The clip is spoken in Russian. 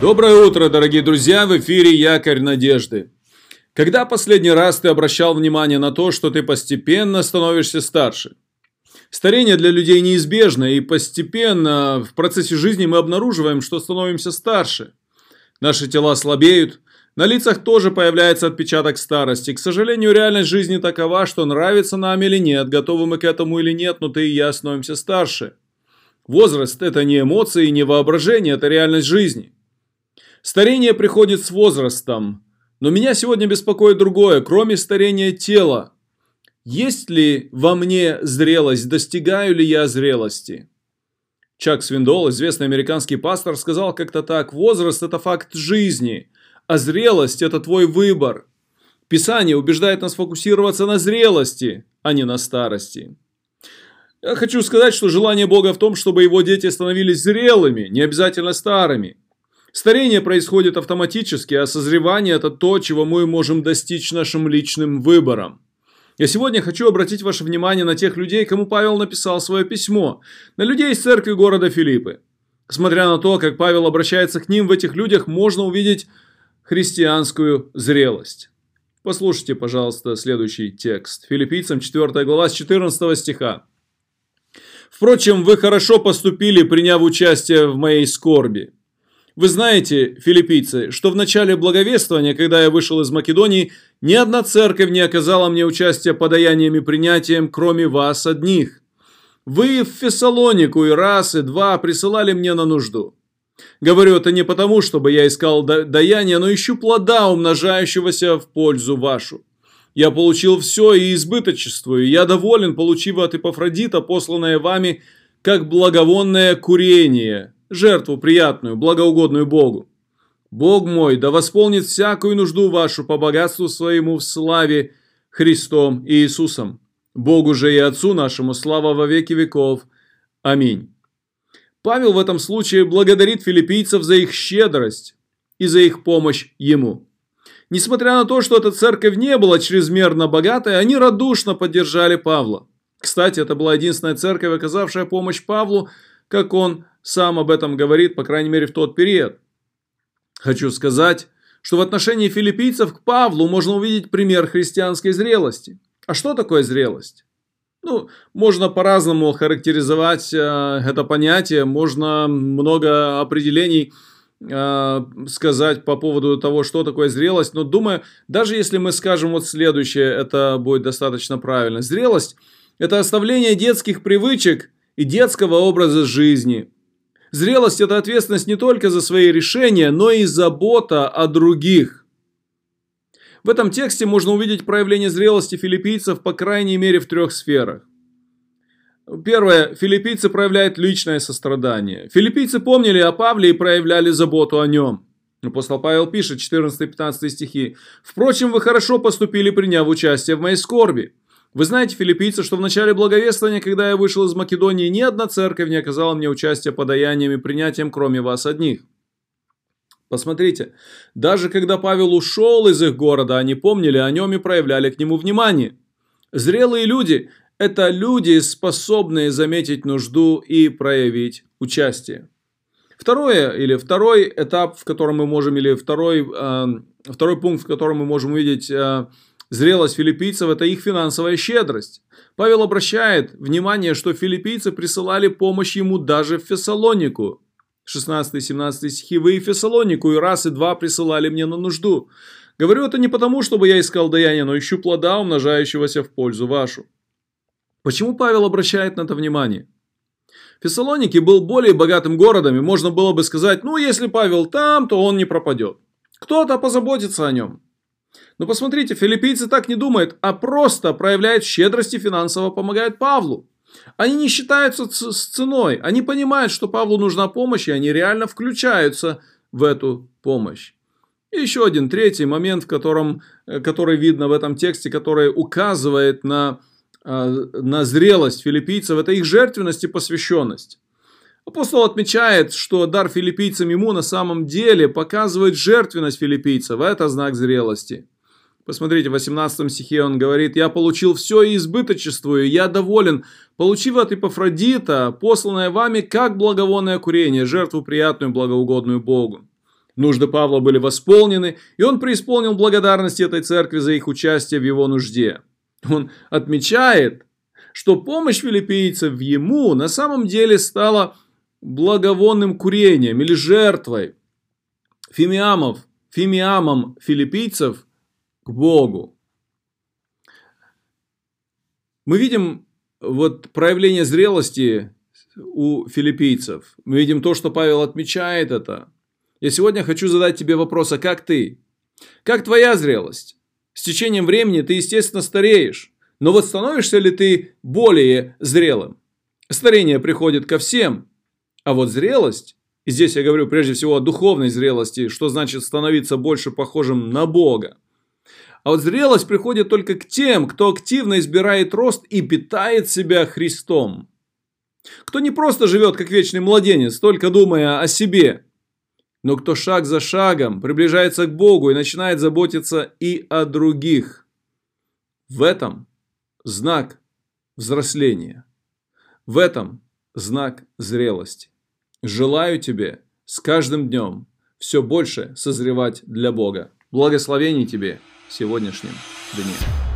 Доброе утро, дорогие друзья, в эфире Якорь Надежды. Когда последний раз ты обращал внимание на то, что ты постепенно становишься старше? Старение для людей неизбежно, и постепенно в процессе жизни мы обнаруживаем, что становимся старше. Наши тела слабеют, на лицах тоже появляется отпечаток старости. К сожалению, реальность жизни такова, что нравится нам или нет, готовы мы к этому или нет, но ты и я становимся старше. Возраст – это не эмоции, не воображение, это реальность жизни. Старение приходит с возрастом, но меня сегодня беспокоит другое, кроме старения тела. Есть ли во мне зрелость, достигаю ли я зрелости? Чак Свиндол, известный американский пастор, сказал как-то так: возраст – это факт жизни, а зрелость – это твой выбор. Писание убеждает нас фокусироваться на зрелости, а не на старости. Я хочу сказать, что желание Бога в том, чтобы его дети становились зрелыми, не обязательно старыми. Старение происходит автоматически, а созревание – это то, чего мы можем достичь нашим личным выбором. Я сегодня хочу обратить ваше внимание на тех людей, кому Павел написал свое письмо, на людей из церкви города Филиппы. Смотря на то, как Павел обращается к ним, в этих людях можно увидеть христианскую зрелость. Послушайте, пожалуйста, следующий текст. Филиппийцам 4 глава с 14 стиха. «Впрочем, вы хорошо поступили, приняв участие в моей скорби. Вы знаете, филиппийцы, что в начале благовествования, когда я вышел из Македонии, ни одна церковь не оказала мне участия подаянием и принятием, кроме вас одних. Вы в Фессалонику и раз, и два присылали мне на нужду. Говорю это не потому, чтобы я искал даяния, но ищу плода, умножающегося в пользу вашу. Я получил все и избыточествую, я доволен, получив от Эпафродита, посланное вами, как благовонное курение, жертву приятную, благоугодную Богу. Бог мой, да восполнит всякую нужду вашу по богатству своему в славе Христом и Иисусом. Богу же и Отцу нашему слава во веки веков. Аминь». Павел в этом случае благодарит филиппийцев за их щедрость и за их помощь ему. Несмотря на то, что эта церковь не была чрезмерно богатой, они радушно поддержали Павла. Кстати, это была единственная церковь, оказавшая помощь Павлу, как он сам об этом говорит, по крайней мере, в тот период. Хочу сказать, что в отношении филиппийцев к Павлу можно увидеть пример христианской зрелости. А что такое зрелость? Можно по-разному характеризовать это понятие, можно много определений сказать по поводу того, что такое зрелость, но думаю, даже если мы скажем вот следующее, это будет достаточно правильно. Зрелость – это оставление детских привычек и детского образа жизни. Зрелость – это ответственность не только за свои решения, но и забота о других. В этом тексте можно увидеть проявление зрелости филиппийцев по крайней мере в 3 сферах. Первое. Филиппийцы проявляют личное сострадание. Филиппийцы помнили о Павле и проявляли заботу о нем. Апостол Павел пишет, 14-15 стихи. «Впрочем, вы хорошо поступили, приняв участие в моей скорби. Вы знаете, филиппийцы, что в начале благовествования, когда я вышел из Македонии, ни одна церковь не оказала мне участия подаянием и принятием, кроме вас одних». Посмотрите, даже когда Павел ушел из их города, они помнили о нем и проявляли к нему внимание. Зрелые люди – это люди, способные заметить нужду и проявить участие. Второй этап, в котором мы можем, или второй пункт, в котором мы можем увидеть зрелость филиппийцев, это их финансовая щедрость. Павел обращает внимание, что филиппийцы присылали помощь ему даже в Фессалонику. 16-17 стихи. «Вы и в Фессалонику и раз, и два присылали мне на нужду. Говорю это не потому, чтобы я искал даяния, но ищу плода, умножающегося в пользу вашу». Почему Павел обращает на это внимание? Фессалоники был более богатым городом, и можно было бы сказать, если Павел там, то он не пропадет. Кто-то позаботится о нем. Но посмотрите, филиппийцы так не думают, а просто проявляют щедрость и финансово помогают Павлу. Они не считаются с ценой, они понимают, что Павлу нужна помощь, и они реально включаются в эту помощь. И еще один третий момент, который видно в этом тексте, который указывает на зрелость филиппийцев, это их жертвенность и посвященность. Апостол отмечает, что дар филиппийцам ему на самом деле показывает жертвенность филиппийцев, а это знак зрелости. Посмотрите, в 18 стихе он говорит: «Я получил все и избыточествую, я доволен, получив от Эпафродита, посланное вами, как благовонное курение, жертву приятную, благоугодную Богу». Нужды Павла были восполнены, и он преисполнил благодарности этой церкви за их участие в его нужде. Он отмечает, что помощь филиппийцев ему на самом деле стала благовонным курением или жертвой фимиамом филиппийцев к Богу. Мы видим проявление зрелости у филиппийцев. Мы видим то, что Павел отмечает это. Я сегодня хочу задать тебе вопрос: а как ты? Как твоя зрелость? С течением времени ты, естественно, стареешь. Но становишься ли ты более зрелым? Старение приходит ко всем. А зрелость, и здесь я говорю прежде всего о духовной зрелости, что значит становиться больше похожим на Бога. А зрелость приходит только к тем, кто активно избирает рост и питает себя Христом. Кто не просто живет как вечный младенец, только думая о себе, но кто шаг за шагом приближается к Богу и начинает заботиться и о других. В этом знак взросления. В этом знак зрелости. Желаю тебе с каждым днем все больше созревать для Бога. Благословений тебе в сегодняшнем дне.